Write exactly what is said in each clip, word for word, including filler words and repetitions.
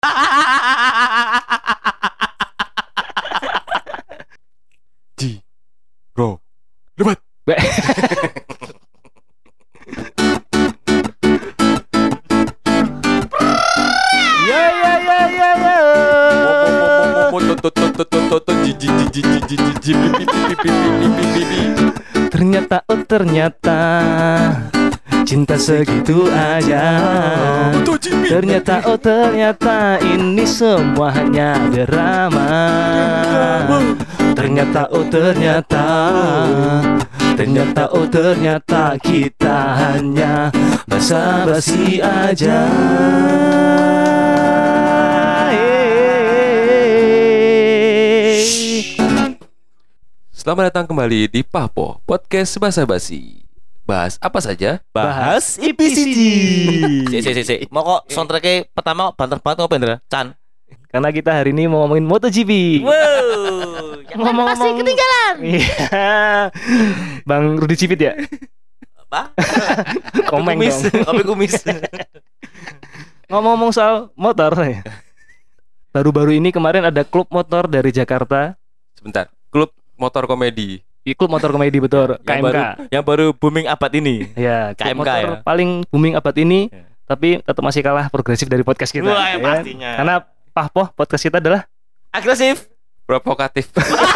Ji, bro, debat. Ya ya ya ya ya. Ternyata oh ternyata cinta segitu aja. Ternyata oh ternyata ini semua hanya drama. Ternyata oh ternyata Ternyata oh ternyata kita hanya basa-basi aja. Selamat datang kembali di Pahpo Podcast Basa-basi. Bahas apa saja? Bahas I P C G. Si si si si. Mau kok soundtracknya pertama banter banget apa Indra? Chan. Karena kita hari ini mau ngomongin MotoGP. Wow. Yang lain pasti ketinggalan. Iya. Bang Rudi Cipit ya? Apa? Komeng kumis. dong. Kopi kumis. Ngomong-ngomong soal motor, baru-baru ini kemarin ada klub motor dari Jakarta. Sebentar, klub motor komedi. Di klub motor komedi betul, K M K. Yang baru, yang baru booming abad ini. Ya, K M K klub motor ya. paling booming abad ini, Ya. tapi tetap masih kalah progresif dari podcast kita. Wah, ya, ya. pastinya. Karena Pahpoh podcast kita adalah Agresif. Provokatif.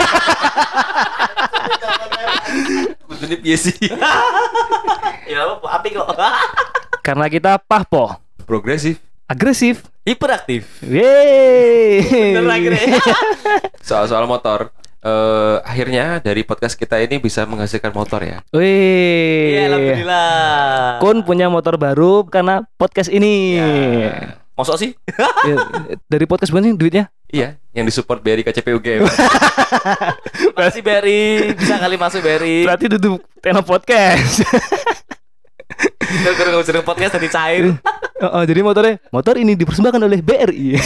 Kudune piye sih? Ya apa api kok. karena kita Pahpoh Progresif. agresif. Hiperaktif. Yeay. Bener akhirnya. Soal-soal motor. Eh, akhirnya dari podcast kita ini bisa menghasilkan motor ya. Wih. Iya, alhamdulillah. Kun punya motor baru karena podcast ini. Ya. Masuk sih? Ya, dari podcast bukan sih duitnya? Iya, yang disupport B R I K C P U G M. Masih Berry, bisa kali masuk Berry. Berarti duduk Teno podcast. Gara-gara sering podcast jadi cair. Oh, oh, jadi motornya motor ini dipersembahkan oleh B R I.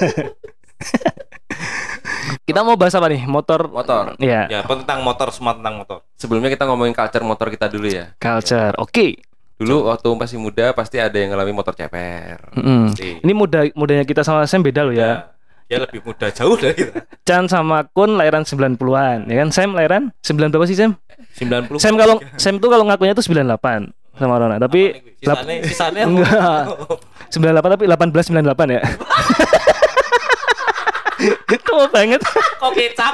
Kita mau bahas apa nih? Motor. Motor. Ya. Ya, tentang motor, semua tentang motor. Sebelumnya kita ngomongin culture motor kita dulu ya. Culture. Oke. Dulu waktu masih muda pasti ada yang ngalamin motor ceper. Mm-mm. Pasti. Ini muda mudanya kita sama Sam beda loh ya. Ya lebih mudah jauh dari kita. Chan sama Kun lahiran sembilan puluhan, ya kan? Sam lahiran sembilan berapa sih, Sam? sembilan puluh. Sam kalau Sam tuh kalau ngakunya tuh sembilan delapan sama Rona, tapi lap- sisanya sisanya enggak. sembilan delapan tapi delapan belas sembilan delapan ya. Tua banget. kok kecap.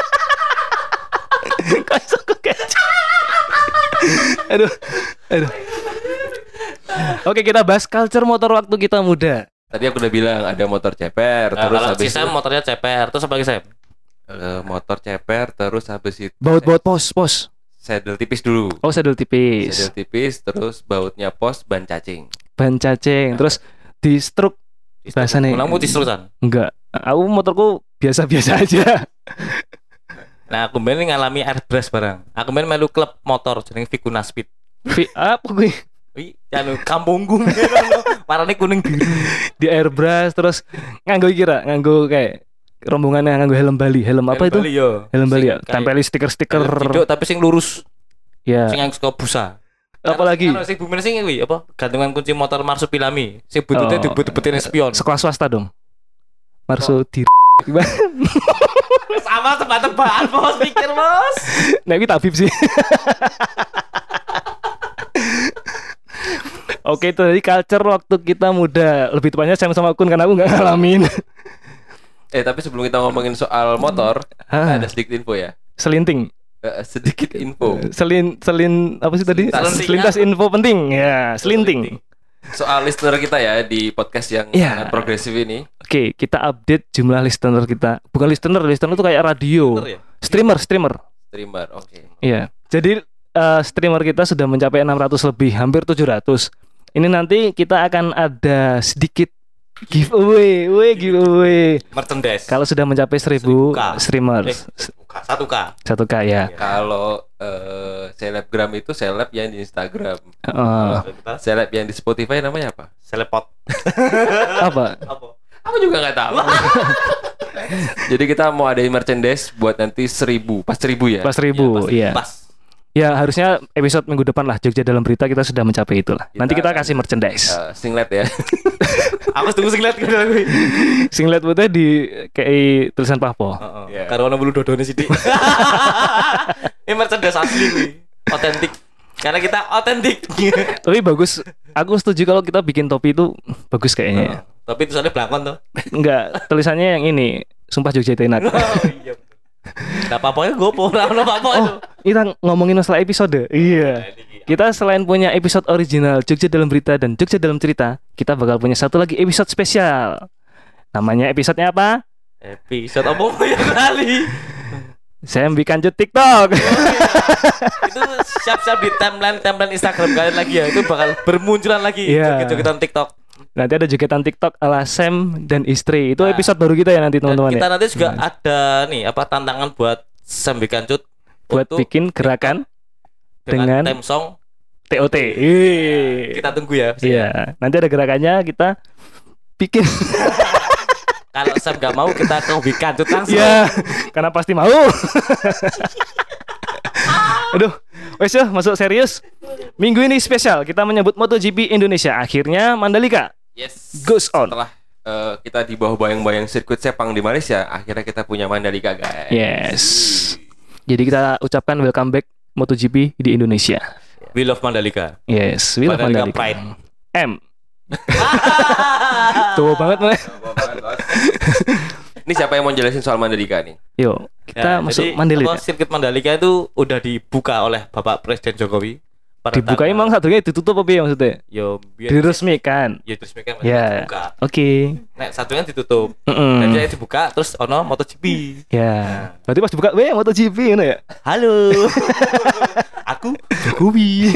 Kacau kok kacau. Aduh. Aduh. Oke, kita bahas culture motor waktu kita muda. Tadi aku udah bilang ada motor ceper, Nah, terus kalau habis si Sam itu motornya ceper, terus apa lagi Sam? eh, motor ceper, terus habis itu Baut-baut pos, pos. saddle tipis dulu. Oh, saddle tipis. Saddle tipis, terus bautnya pos, ban cacing. Ban cacing, terus di stroke. Bahasa nih. Ulang putih terusan. Enggak. Aku motorku biasa-biasa aja. Nah, aku main ngalami airbrush barang. Aku main melu klub motor jenenge Vicuna Speed. Vi, apa gue Wih, anu kampungku. Warnanya kuning biru. di airbrush terus nganggo kira, nganggo kayak rombongannya nganggo helm Bali, helm apa itu? Bali, yo. Helm Bali ya, Sing kayak tempeli stiker-stiker. Video tapi sing lurus. Ya. Sing yang suka busa. Apalagi? Kan sing bumen sing kuwi apa? Gantungan kunci motor marsupilami. Sing bututnya Oh. dibut-butin spion. Sekolah swasta dong. Marso di Sama tebak-tebakan, Bos, pikir, Bos. Nah, ini tabib sih. Oke, itu dari culture waktu kita muda. Lebih tepatnya Sam sama Kun karena aku nggak ngalamin. Eh tapi sebelum kita ngomongin soal motor, Ah. ada sedikit info ya. Selinting. Eh, sedikit info Selin selin apa sih tadi? Selintas. Selintas info penting. Ya, selinting. soal listener kita ya di podcast yang Iya. sangat progresif ini. Oke, kita update jumlah listener kita. Bukan listener, listener itu kayak radio. Bener ya? Streamer, streamer. Streamer, oke. Iya. Jadi eh, streamer kita sudah mencapai enam ratus lebih, hampir tujuh ratus. Ini nanti kita akan ada sedikit giveaway, we giveaway. Merchandise. Kalau sudah mencapai seribu seribu K. streamers, satu K. satu K ya. Kalau eh, selebgram itu seleb yang di Instagram. Eh, Seleb yang di Spotify namanya apa? Selepot. apa? Apa? Aku juga nggak tahu. Jadi kita mau adain merchandise buat nanti seribu, pas seribu ya. Pas seribu, pasti. iya. Pas. Ya harusnya episode minggu depan lah Jogja dalam berita kita sudah mencapai itulah. Kita Nanti kita akan- kasih merchandise. Eh, singlet ya. Aku tunggu singlet gue gue. Singlet putih di kayak tulisan Pahpo. Heeh. Iya. Karo ono bulu dodone sithik. Ini merchandise asli kuwi. Otentik. Karena kita otentik. Tapi bagus. Aku setuju kalau kita bikin topi itu bagus kayaknya. Tapi tulisannya belakon tuh. Enggak, tulisannya yang ini, Sumpah Jogja Tenak. Oh iya. Nah, apa-apanya gopo, ora ono apa-apa itu. Oh, kita ngomongin masalah episode. Iya. Kita selain punya episode original Jogja dalam berita dan Jogja dalam cerita, kita bakal punya satu lagi episode spesial. Namanya episodenya apa? Episode apa ya kali? Saya bikin kancut TikTok. Itu siap-siap di timeline timeline Instagram kalian lagi ya. Itu bakal bermunculan lagi Iya. joget-jogetan TikTok. Nanti ada jogetan TikTok ala Sam dan istri. Itu Nah. episode baru kita ya nanti Dan teman-teman kita ya. nanti juga ada nih apa tantangan buat Sambi Kancut Buat untuk bikin gerakan dengan, dengan theme song. T O T. Ih. Kita tunggu ya. Iya, nanti ada gerakannya kita bikin. Kalau Sam nggak mau kita ke Hobi Kancut langsung. Iya, karena pasti mau. Aduh, wes ya masuk serius. Minggu ini spesial kita menyebut MotoGP Indonesia. Akhirnya Mandalika Yes. goes on. Setelah eh, kita di bawah bayang-bayang sirkuit Sepang di Malaysia, akhirnya kita punya Mandalika, guys. Yes. Jadi kita ucapkan welcome back MotoGP di Indonesia. We love Mandalika. Yes, we love Mandalika Mandalika. Pride. M. Tua banget mulai. Ini siapa yang mau jelasin soal Mandalika nih? Yo, kita Ya, masuk jadi, Mandalika. apa, sirkuit Mandalika itu udah dibuka oleh Bapak Presiden Jokowi. pada Dibuka tanggal- emang satunya ditutup apa ya maksudnya? Yo, biar Diresmikan. ya diresmikan Ya. dibuka. Oke. Nek satunya ditutup. Mm-mm. Dan dia dibuka terus ono MotoGP. Ya. Berarti pas dibuka, weh MotoGP ini ya. Halo. Aku Jokowi.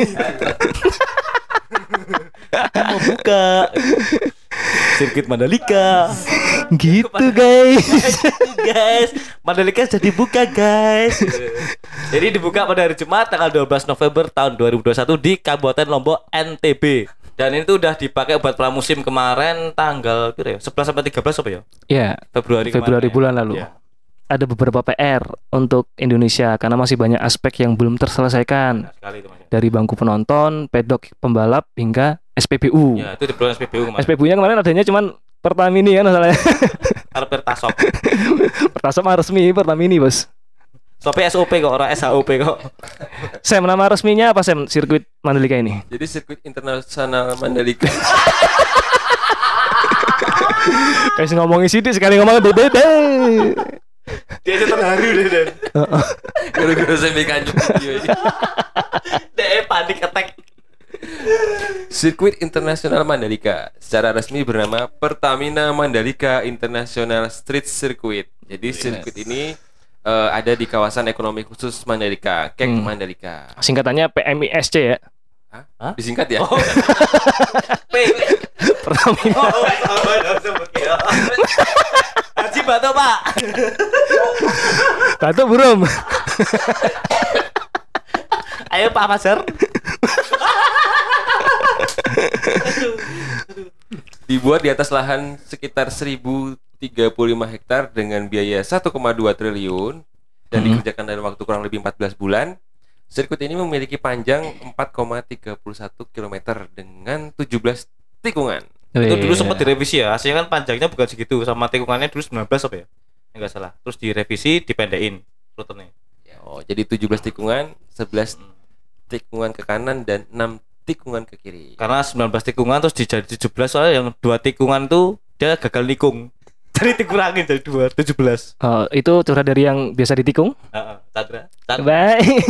Aku mau buka sirkuit Mandalika. Gitu guys. Guys, Mandalika sudah dibuka, guys. Jadi dibuka pada hari Jumat tanggal dua belas November tahun dua ribu dua puluh satu di Kabupaten Lombok N T B. Dan itu udah dipakai buat pramusim kemarin tanggal kira ya sebelas sampai tiga belas apa ya? Ya. Februari kemarin Februari ya. bulan lalu. Ya. Ada beberapa P R untuk Indonesia karena masih banyak aspek yang belum terselesaikan. Nah, sekali itu Mas. Dari bangku penonton, pedok pembalap hingga S P B U. Ya, itu di bulan S P B U kemarin. S P B U-nya kemarin adanya cuman Pertamini kan masalahnya. Karo Pertasop. Pertasop mah resmi Pertamini, Bos. Sope S O P kok ora S H O P kok. Sam, nama resminya apa Sam sirkuit Mandalika ini? Jadi sirkuit internasional Mandalika. Kayak ngomongin sidik sekali ngomong dede. Dia aja terharu deh dan. Gara-gara saya bikin video ini. Dia panik attack. Sirkuit Internasional Mandalika secara resmi bernama Pertamina Mandalika International Street Circuit. Jadi sirkuit ini eh, ada di kawasan ekonomi khusus Mandalika, Kek Hmm. Mandalika. Singkatannya P M I S C ya. Hah? Hah? Disingkat ya? Oh. P. Pertamina. Oh, oh, sebut ya. Haji Bato, Pak. Batuk burum. Ayo Pak Fajar. Dibuat di atas lahan sekitar seribu tiga puluh lima hektar dengan biaya satu koma dua triliun dan Hmm. dikerjakan dalam waktu kurang lebih empat belas bulan. Sirkuit ini memiliki panjang empat koma tiga satu kilometer dengan tujuh belas tikungan. Itu dulu Wih. sempat direvisi ya. Aslinya kan panjangnya bukan segitu, sama tikungannya dulu sembilan belas apa ya? Enggak salah. Terus direvisi, dipendekin rutenya. Oh, jadi tujuh belas tikungan, sebelas tikungan ke kanan dan enam tikungan ke kiri. Karena sembilan belas tikungan terus dijadi tujuh belas soalnya yang dua tikungan tuh dia gagal nikung. Jadi dikurangin jadi dua, tujuh belas. Oh, itu curhat dari yang biasa ditikung. Heeh, Chandra. Chandra. Baik.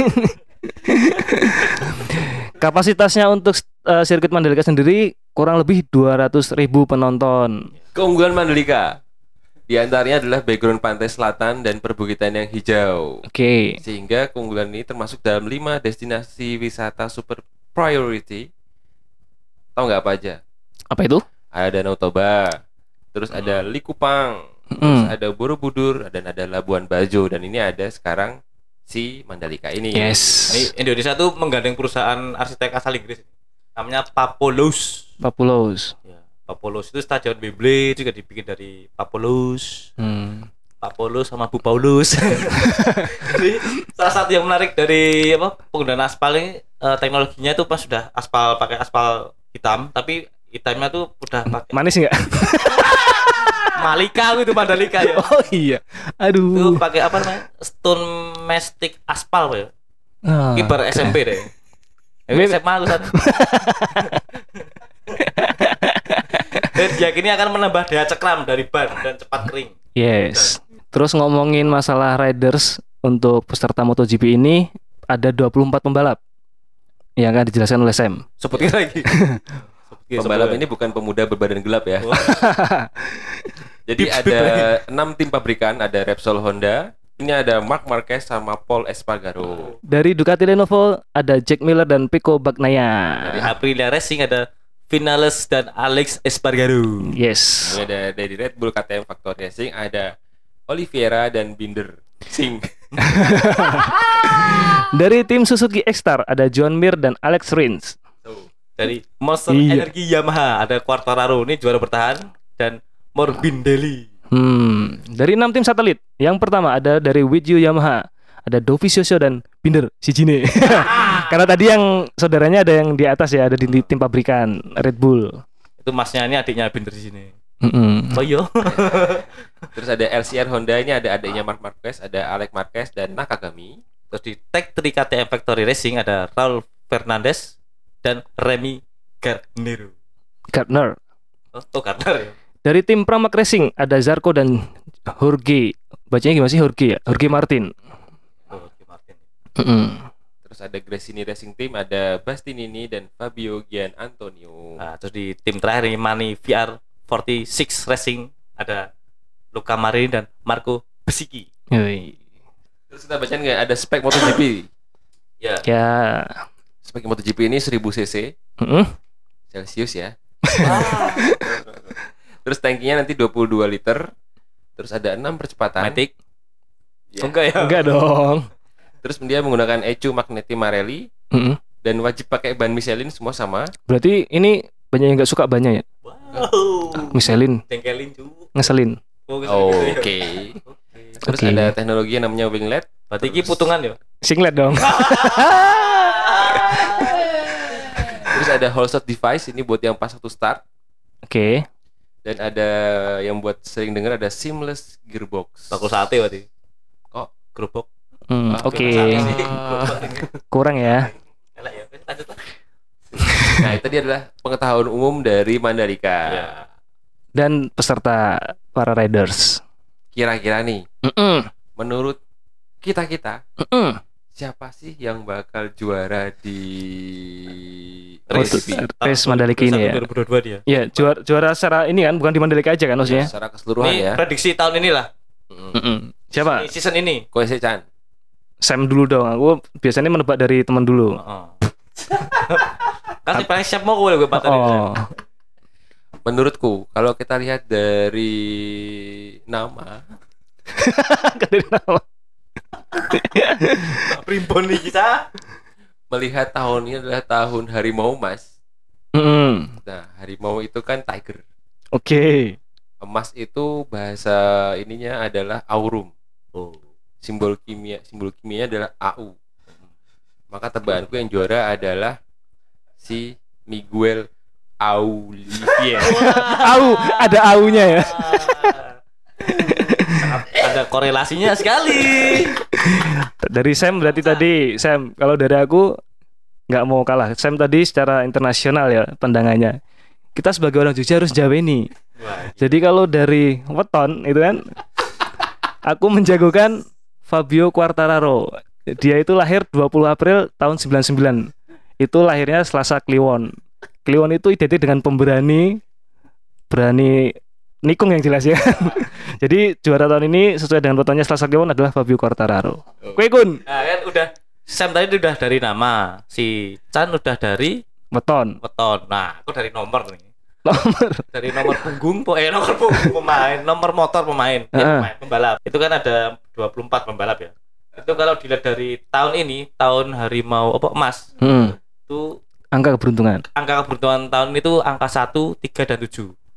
Kapasitasnya untuk uh, sirkuit Mandalika sendiri kurang lebih dua ratus ribu penonton. Keunggulan Mandalika di antaranya adalah background pantai selatan dan perbukitan yang hijau. Oke. Sehingga keunggulan ini termasuk dalam lima destinasi wisata super priority. Tahu nggak apa aja? Apa itu? Ada Danau Toba, terus ada Likupang, terus Hmm. ada Borobudur, dan ada Labuan Bajo, dan ini ada sekarang si Mandalika ini. Yes. Ini Indonesia tuh menggandeng perusahaan arsitek asal Inggris. Namanya Papolos. Papulos. Ya, Papolos itu stadion Wembley juga dibikin dari Papolos. Hmm. Pak Paulus sama Bu Paulus. Jadi salah satu yang menarik dari apa penggunaan aspal ini eh, teknologinya itu pas sudah aspal pakai aspal hitam, tapi hitamnya tuh udah pakai Manis enggak? Malika gitu Mandalika ya. Oh iya. Itu Aduh. pakai apa namanya? Stone mastic aspal ya. Ah, Kiper S M P deh. Ini- S M A lulusan. Dan diyakini akan menambah daya cekram dari ban dan cepat kering. Yes. Terus ngomongin masalah riders untuk peserta MotoGP ini ada dua puluh empat pembalap yang akan dijelaskan oleh Sam. Sebutin lagi. Pembalap ini bukan pemuda berbadan gelap ya. Oh. Jadi ada enam tim pabrikan, ada Repsol Honda, ini ada Marc Marquez sama Paul Espargaro. Dari Ducati Lenovo ada Jack Miller dan Pecco Bagnaia. Dari Aprilia Racing ada Vinales dan Alex Espargaro. Yes. Ini ada dari Red Bull K T M Factory Racing ada Oliveira dan Binder Singh. Dari tim Suzuki X-Star ada John Mir dan Alex Rins. Dari Monster Iya. Energi Yamaha ada Quartararo, ini juara bertahan, dan Morbidelli. Hmm, dari enam tim satelit. Yang pertama ada dari With You Yamaha, ada Dovizioso dan Binder Shijine. Karena tadi yang saudaranya ada yang di atas ya, ada di, di tim pabrikan Red Bull. Itu masnya ini adiknya Binder di sini. Mm-mm. Oh iya. Terus ada L C R Honda, ini ada adiknya Marc Marquez, ada Alex Marquez dan Nakagami. Terus di Tech tiga K T M Factory Racing ada Raul Fernandez dan Remy Gardner. Gardner. Oh, oh Gardner ya. Dari tim Pramac Racing ada Zarco dan Jorge. Bacanya gimana sih Jorge ya? Jorge Martin. Oh, Ricky Martin. Mm-mm. Terus ada Gresini Racing Team, ada Bastianini dan Fabio Gian Antonio. Nah, terus di tim terakhir ini Mani V R empat puluh enam Racing ada Luca Marini dan Marco Besicki. Yoi. Terus kita bacain nggak ada spek MotoGP. Ya. Ya. Spek MotoGP ini seribu cc Mm-mm. Celsius ya. Terus tankinya nanti dua puluh dua liter. Terus ada enam percepatan. Matic. Ya. Enggak ya? Enggak dong. Terus dia menggunakan Ecu Magneti Marelli Mm-mm. dan wajib pakai ban Michelin semua sama. Berarti ini banyak yang nggak suka bannya ya? Wow. Michelin, Tengkelin cu. ngeselin. Oh, gitu Oh, ya. Oke. Terus Oke. ada teknologi yang namanya winglet. Berarti ini putungan ya? Singlet dong. Terus ada holster device, ini buat yang pas satu start. Oke. Dan ada yang buat sering dengar ada seamless gearbox. Bakul sate berarti. Kok? Gerobok. Hmm, Ah, Oke. Sate sih. Ah. Kurang ya. Enak ya. Lanjut lah. Nah, itu dia adalah pengetahuan umum dari Mandalika. Ya. Dan peserta para riders. Kira-kira nih, Mm-mm. menurut kita-kita, Mm-mm. siapa sih yang bakal juara di Race- MotoGP? Race Mandalika ini ya. dua ribu dua puluh dua dia. Ya, juara juara secara ini kan bukan di Mandalika aja kan maksudnya. Secara keseluruhan Ini ya. prediksi tahun inilah. Mm. Mm-mm. Siapa? Ini season ini. Koise Chan. Sam dulu dong. Aku biasanya menebak dari teman dulu. Heeh. Kasih paling siap mau gue gue patah. Oh. Menurutku, kalau kita lihat dari nama, Nggak dari nama. Primbon nih kita. melihat tahun ini adalah tahun harimau emas. Mm-mm. Nah, harimau itu kan tiger. Oke. Emas itu bahasa ininya adalah aurum. Oh. Simbol kimia, simbol kimianya adalah A U. Maka tebakanku yang juara adalah si Miguel Olivier. Au, ada aunya ya. Sangat ada korelasinya sekali. Dari Sam berarti tadi Sam, kalau dari aku nggak mau kalah. Sam tadi secara internasional ya pandangannya. Kita sebagai orang Jogja harus jaweni. Wah, Jadi kalau dari weton itu kan, aku menjagokan Fabio Quartararo. Dia itu lahir dua puluh April tahun sembilan puluh sembilan. Itu lahirnya Selasa Kliwon. Kliwon itu identik dengan pemberani, berani nikung yang jelas ya. Jadi juara tahun ini sesuai dengan wetonnya Selasa Kliwon adalah Fabio Quartararo. Kue Kun, nah, kan udah Sam tadi udah dari nama, si Chan udah dari weton. weton. Nah, aku dari nomor nih. Nomor. Dari nomor punggung, po- eh nomor punggung pemain, nomor motor pemain, ya, Heeh. pemain pembalap. Itu kan ada dua puluh empat pembalap ya. Itu kalau dilihat dari tahun ini, tahun harimau apa emas, Hmm, itu angka keberuntungan. angka keberuntungan tahun itu angka satu, tiga dan tujuh.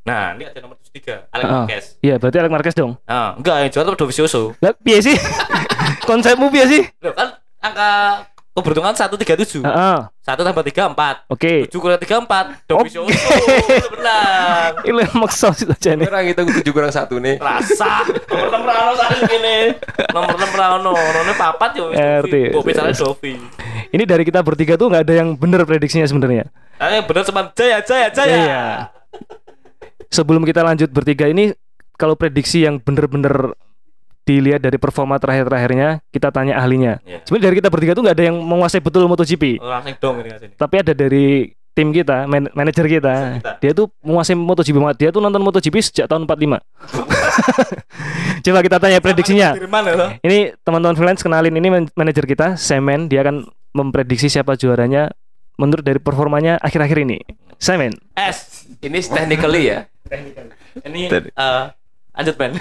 Nah, ini ada nomor tujuh puluh tiga, Alex Ah, Marquez. Iya, berarti Alex Marquez dong. Nah, enggak, yang juara tuh Dovizioso. Lah, piye sih? Konsepmu piye sih? Loh, kan angka keberuntungan seratus tiga puluh tujuh. Heeh. satu tambah tiga, empat. Oke. tujuh kurang tiga, empat. Dovizioso. Benar. Ini maksa sih aja nih. Orang itu tujuh kurang satu nih. Rasa. Nomor enam rano tadi gini. Nomor enam rano. Nomornya papat yo. R T. Bobi caranya Dovi. Ini dari kita bertiga tuh nggak ada yang bener prediksinya sebenarnya. Ah, benar cuma Jaya, Jaya, Jaya. Iya. Sebelum kita lanjut bertiga ini, kalau prediksi yang bener-bener dilihat dari performa terakhir-terakhirnya, kita tanya ahlinya. Iya. Sebenarnya dari kita bertiga tuh nggak ada yang menguasai betul MotoGP. Langsung dong ini sini. Tapi ada dari tim kita, man manajer kita, Manajer kita. dia tuh menguasai MotoGP banget. Dia tuh nonton MotoGP sejak tahun empat puluh lima. Coba kita tanya prediksinya. Dari mana loh? Ini teman-teman freelance kenalin, ini man- manajer kita, Semen. Dia akan memprediksi siapa juaranya menurut dari performanya akhir-akhir ini. Semen. S. Ini technically ya. Ini eh lanjut Ben.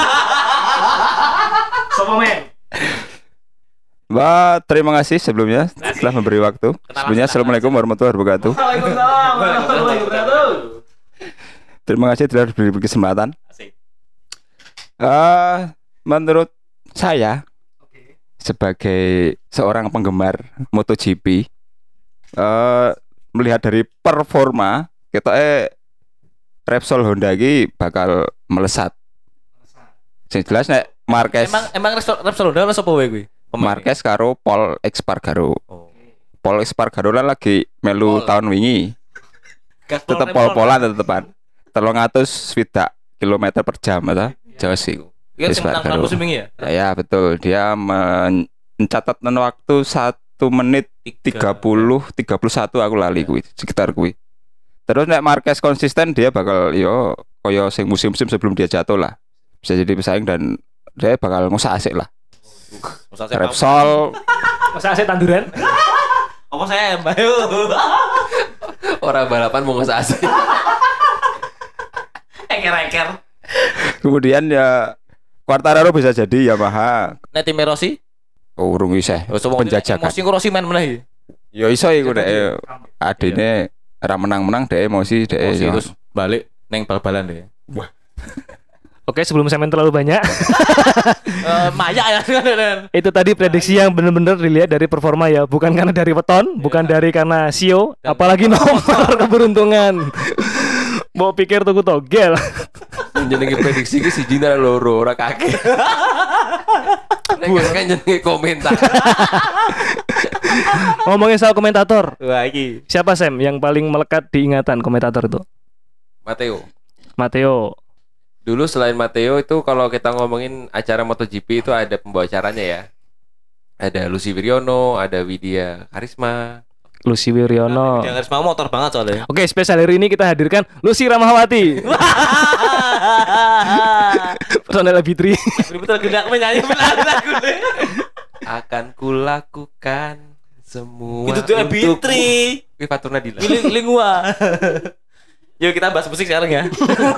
Sopo men? Mbak, terima kasih sebelumnya telah memberi waktu. Sebelumnya Assalamualaikum warahmatullahi wabarakatuh. Waalaikumsalam warahmatullahi wabarakatuh. Terima kasih telah diberi kesempatan. Asik. Eh, menurut saya sebagai seorang penggemar MotoGP, eh melihat dari performa kita eh Repsol Honda ini bakal melesat. Sing jelas nek Marquez Emang emang Repsol Repsol Honda sapa wae kuwi? Marquez karo Paul Espargaro. Oh. Paul Espargaro lah lagi melu Pol. tahun wingi. Tetep pol-polan tetepan. telung atus swidak kilometer per jam atau jauh sih. Iya sing menang Espargaro. musim ini ya. Ya, ya betul, dia men- mencatatkan waktu satu menit tiga puluh tiga puluh satu aku lali kuwi, sekitar kuwi. Terus nek Marquez konsisten dia bakal yo koyo sing musim-musim sebelum dia jatuh lah. Bisa jadi pesaing dan dia bakal ngusak asik lah. Masa saya Repsol Masa saya tanduran? apa saya Mbak? Orang balapan mau nggak asik. Eker-eker. kemudian ya Quartararo bisa jadi Yamaha. Nek tim Rossi? Oh, urung isih. Oh, so, Penjajakan. emosi ku Rossi main meneh. Ya iso iku nek adine ra menang-menang dhek emosi dhek. Emosi ya. terus balik neng bal-balan deh. Oke, sebelum Semen terlalu banyak, Eh, Maya ya kan. itu tadi prediksi yang benar-benar dilihat dari performa ya, bukan karena dari weton, bukan dari karena S E O, apalagi nomor keberuntungan. Mau pikir tuku togel. Jenenge prediksi ki siji nang loro ora kakek. Nek kan jenenge komentar. Ngomongin soal komentator, Wah iki. siapa Sam yang paling melekat di ingatan komentator itu? Matteo. Matteo. Dulu selain Matteo itu kalau kita ngomongin acara MotoGP itu ada pembawa acaranya ya. Ada Lucy Wiryono, ada Widya Karisma. Lucy Wiryono. Jangan mau motor banget soalnya. Oke, spesial hari ini kita hadirkan Lucy Ramahwati. Personel B tiga. Betul gendak menyanyi benar lagu deh. Akan kulakukan semua Itu tuh Bitri. Wih Fatur Nadila. Pilih lingua. Yuk kita bahas musik sekarang ya.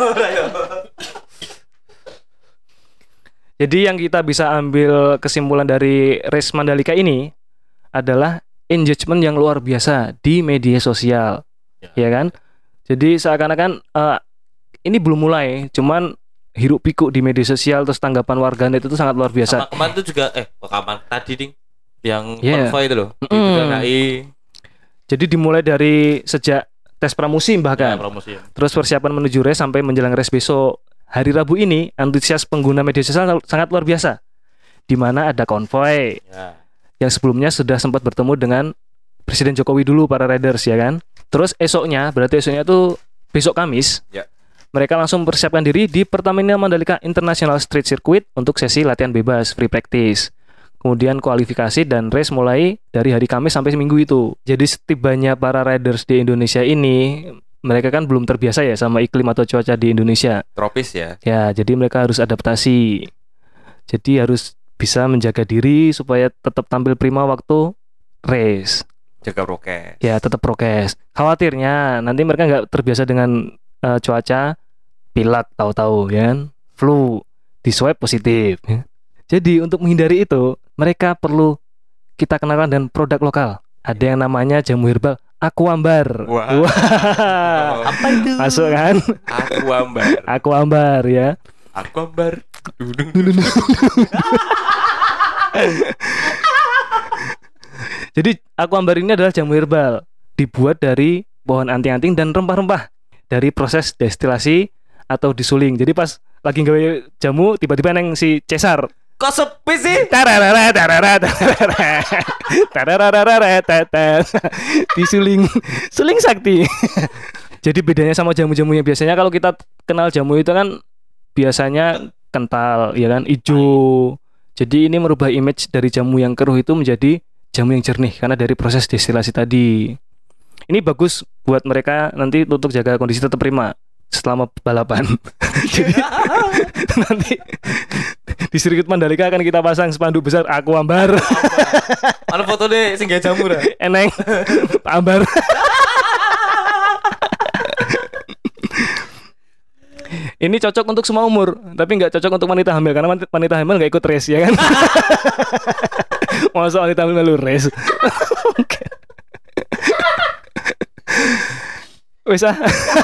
Jadi yang kita bisa ambil kesimpulan dari race Mandalika ini adalah engagement yang luar biasa di media sosial, Ya. ya kan? Jadi seakan-akan eh, ini belum mulai, cuman hiruk pikuk di media sosial terus tanggapan warganet itu sangat luar Sama biasa. kemarin itu juga eh kok kapan tadi ding yang Yeah. konvoy itu loh. Di Mm. Bundaran H I. Jadi dimulai dari sejak tes pramusim Ya, bahkan, promosi. terus persiapan menuju race sampai menjelang race besok hari Rabu ini, antusias pengguna media sosial sangat luar biasa. Di mana ada konvoy Ya. yang sebelumnya sudah sempat bertemu dengan Presiden Jokowi dulu para riders ya kan. Terus esoknya, berarti esoknya tuh besok Kamis, Ya. mereka langsung mempersiapkan diri di Pertamina Mandalika International Street Circuit untuk sesi latihan bebas free practice. Kemudian kualifikasi dan race mulai dari hari Kamis sampai Minggu itu. Jadi setibanya para riders di Indonesia ini, mereka kan belum terbiasa ya sama iklim atau cuaca di Indonesia. Tropis ya. Ya, jadi mereka harus adaptasi. Jadi harus bisa menjaga diri supaya tetap tampil prima waktu race. Jaga prokes. Ya, tetap prokes. Khawatirnya nanti mereka nggak terbiasa dengan eh, cuaca, pilek tahu-tahu ya kan, flu, di swab positif. ya. Jadi untuk menghindari itu, mereka perlu kita kenalkan dengan produk lokal. Ada yang namanya jamu herbal Aquambar. Wah. Wah. Apa itu? Masuk kan? Aku ambar. Aquambar ya. Aku ambar. Dudung. Jadi Aquambar ini adalah jamu herbal, dibuat dari pohon anting-anting dan rempah-rempah dari proses destilasi atau disuling. Jadi pas lagi gawe jamu tiba-tiba neng si Cesar Kok sepi sih? tararara tararara tararara tararara tatar disuling suling sakti. Jadi bedanya sama jamu-jamu yang biasanya kalau kita kenal jamu itu kan biasanya kental ya kan, hijau. Jadi ini merubah image dari jamu yang keruh itu menjadi jamu yang jernih karena dari proses destilasi tadi. Ini bagus buat mereka nanti untuk jaga kondisi tetap prima selama balapan. Jadi nanti di sirkuit Mandalika akan kita pasang spanduk besar Aquambar. Mana foto deh sing gawe jamur ya? Eneng Pak Ambar. Ini cocok untuk semua umur, tapi nggak cocok untuk wanita hamil karena wanita- wanita hamil nggak ikut race ya kan? Masa wanita hamil melu race? Oke. Wes ah.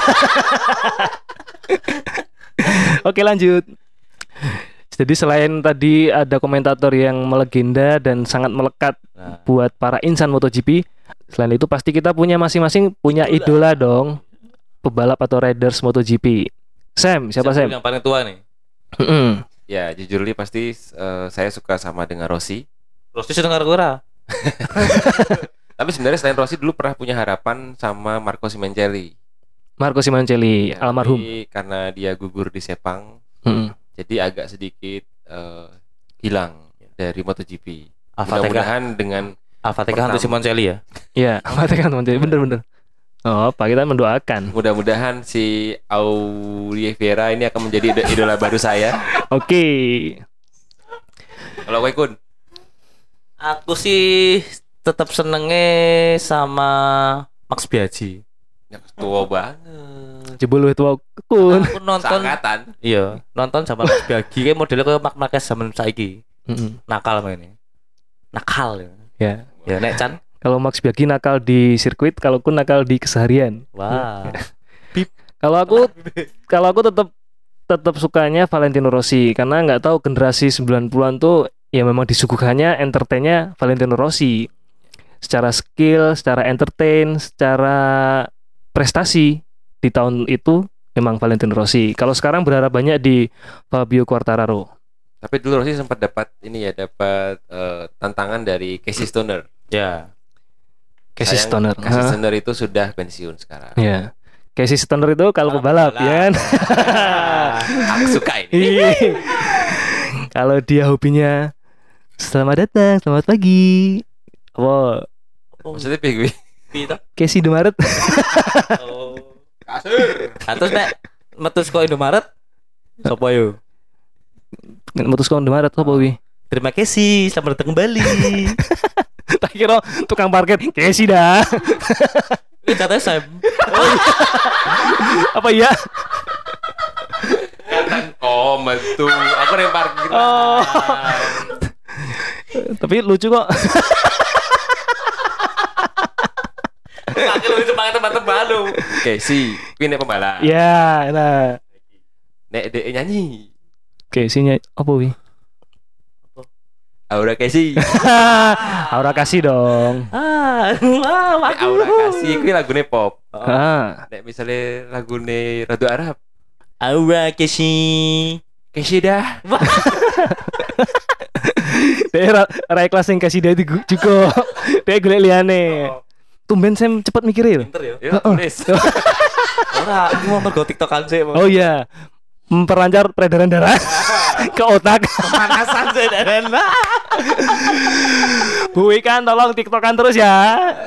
Oke lanjut. Jadi selain tadi ada komentator yang melegenda dan sangat melekat Nah, buat para insan MotoGP, selain itu pasti kita punya masing-masing punya idola dong, pebalap atau riders MotoGP. Sam, siapa Sam? Yang paling tua nih. Mm-mm. Ya, jujur li pasti eh, saya suka sama dengan Rossi. Terus sudah dengar ora? Tapi sebenarnya selain Rossi dulu pernah punya harapan sama Marco Simoncelli. Marco Simoncelli, Ya, almarhum. tapi karena dia gugur di Sepang, Mm-mm. jadi agak sedikit eh, hilang dari MotoGP. Alfa Teka. Mudah-mudahan dengan Alfa Teka untuk Pertama. Simoncelli ya. Iya, matikan teman-teman. Bener-bener. Oh, apa kita mendoakan. mudah-mudahan si Oliveira ini akan menjadi id- idola baru saya. Oke. Kalau Waikun, Aku sih tetap senenge sama Max Biaggi. ya, tua banget. Jebul itu kun. Aku nonton Sangatan. iya, nonton sama Max Biaggi kayak modelnya kayak Marc Marquez zaman saiki. Mm-mm. Nakal mainnya. Nakal ya. Ya. Ya nek Chan. Kalau Max Biaggi nakal di sirkuit, kalau kun nakal di keseharian. Wah. Kalau aku kalau aku tetap tetap sukanya Valentino Rossi karena nggak tahu generasi sembilan puluhan tuh ya memang disuguhannya entertainnya Valentino Rossi. Secara skill, secara entertain, secara prestasi di tahun itu memang Valentino Rossi. Kalau sekarang berharap banyak di Fabio Quartararo. Tapi dulu Rossi sempat dapat ini ya, dapat eh, tantangan dari Casey Stoner. Ya. Casey Sayang, Stoner. Casey Hah? Stoner itu sudah pensiun sekarang. Ya. Casey Stoner itu kalau Kalau pebalap pebalap. ya kan. Aku suka ini. Iya. Kalau dia hobinya selamat datang, selamat pagi. Wow, Maksudnya piye gue? Pita. Casey de Maret. Oh. Terus nek metu saka Indomaret sapa yo? Metus kon de Maret apa wi? Terima kasih, selamat datang kembali. Tak kira tukang parkir Casey dah. Ini katanya Sam. Apa iya? Oh, metu. Aku yang parkir. Oh. Tapi lucu kok. Pakai lu cuma teman-teman lu. Casey, kuwi nek pembalap. Ya, nah. Nek dhek nyanyi. Casey-nya apa wi? Aura Casey. Aura kasih dong. Ah, wah, Nek Aura Casey kuwi lagune pop. Ah, Nek misalnya lagune Radu Arab, Aura Casey. Casey dah. dia rai kelas yang kasih dia itu juga. Dia golek liyane. Tumben Sam cepet mikir ya. Pinter ya. Ya, tulis. Ora, aku mau mergo TikTokan sih. Oh iya. Memperlancar peredaran darah ke otak. Pemanasan sih dan. Bu Ikan tolong tiktokan terus ya.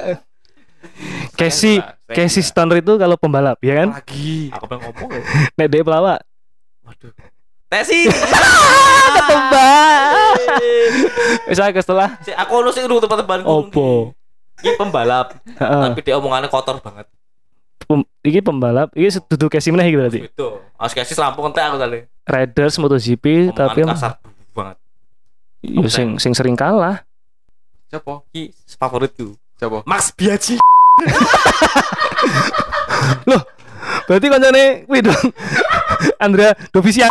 Casey Casey Stoner itu kalau pembalap ya kan? Lagi. Aku pengen ngomong ya. Nek dia pelawak. Waduh. Tesi. Ketebak. Wis aku setelah Si aku ono sing urung tempat-tempat. opo. Iki pembalap, Heeh. tapi dia omongannya kotor banget. Pem- Iki pembalap, iki dudu Casey meneh iki berarti. Itu. As kasih lampu entek aku tadi. Riders MotoGP tapi Omongan kasar banget. yo sing sing sering kalah. Siapa? Ki favoritku. Siapa? Max Biaggi. Loh, berarti koncone kuwi dong. Andrea Dovisia.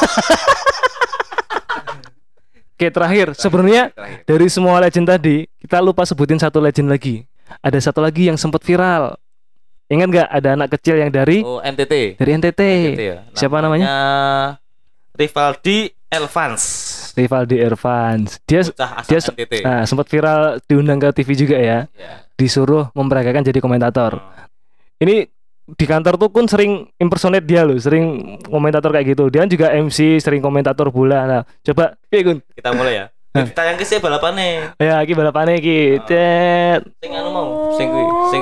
Oke, terakhir sebenarnya Terakhir. dari semua legend tadi kita lupa sebutin satu legend lagi. Ada satu lagi yang sempat viral. Ingat nggak ada anak kecil yang dari Oh, N T T. dari N T T. N T T ya. Siapa namanya? Rivaldi Elvans. Rivaldi Irfans. Dia Bocah asal dia N T T. nah, sempat viral diundang ke T V juga ya. Ya. Disuruh memperagakan jadi komentator. Ini di kantor tuh pun sering impersonate dia loh, sering komentator kayak gitu. Dia juga M C, sering komentator bola. Nah, coba piye Gun? Kita mulai ya. Kita yang ke sih balapannya. Ya, iki balapane iki. Cet. Sing anu mau, sing kuwi, sing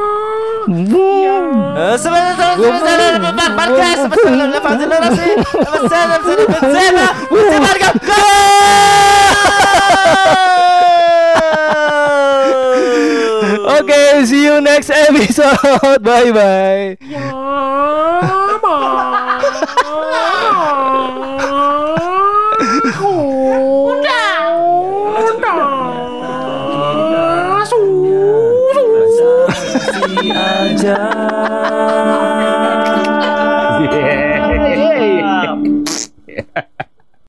Wuh. Eh, sebentar, sebentar, sebentar, Marquez, sebentar, lepas generasi, sebentar, sebentar, sebentar, Oke, see you next episode. Bye bye.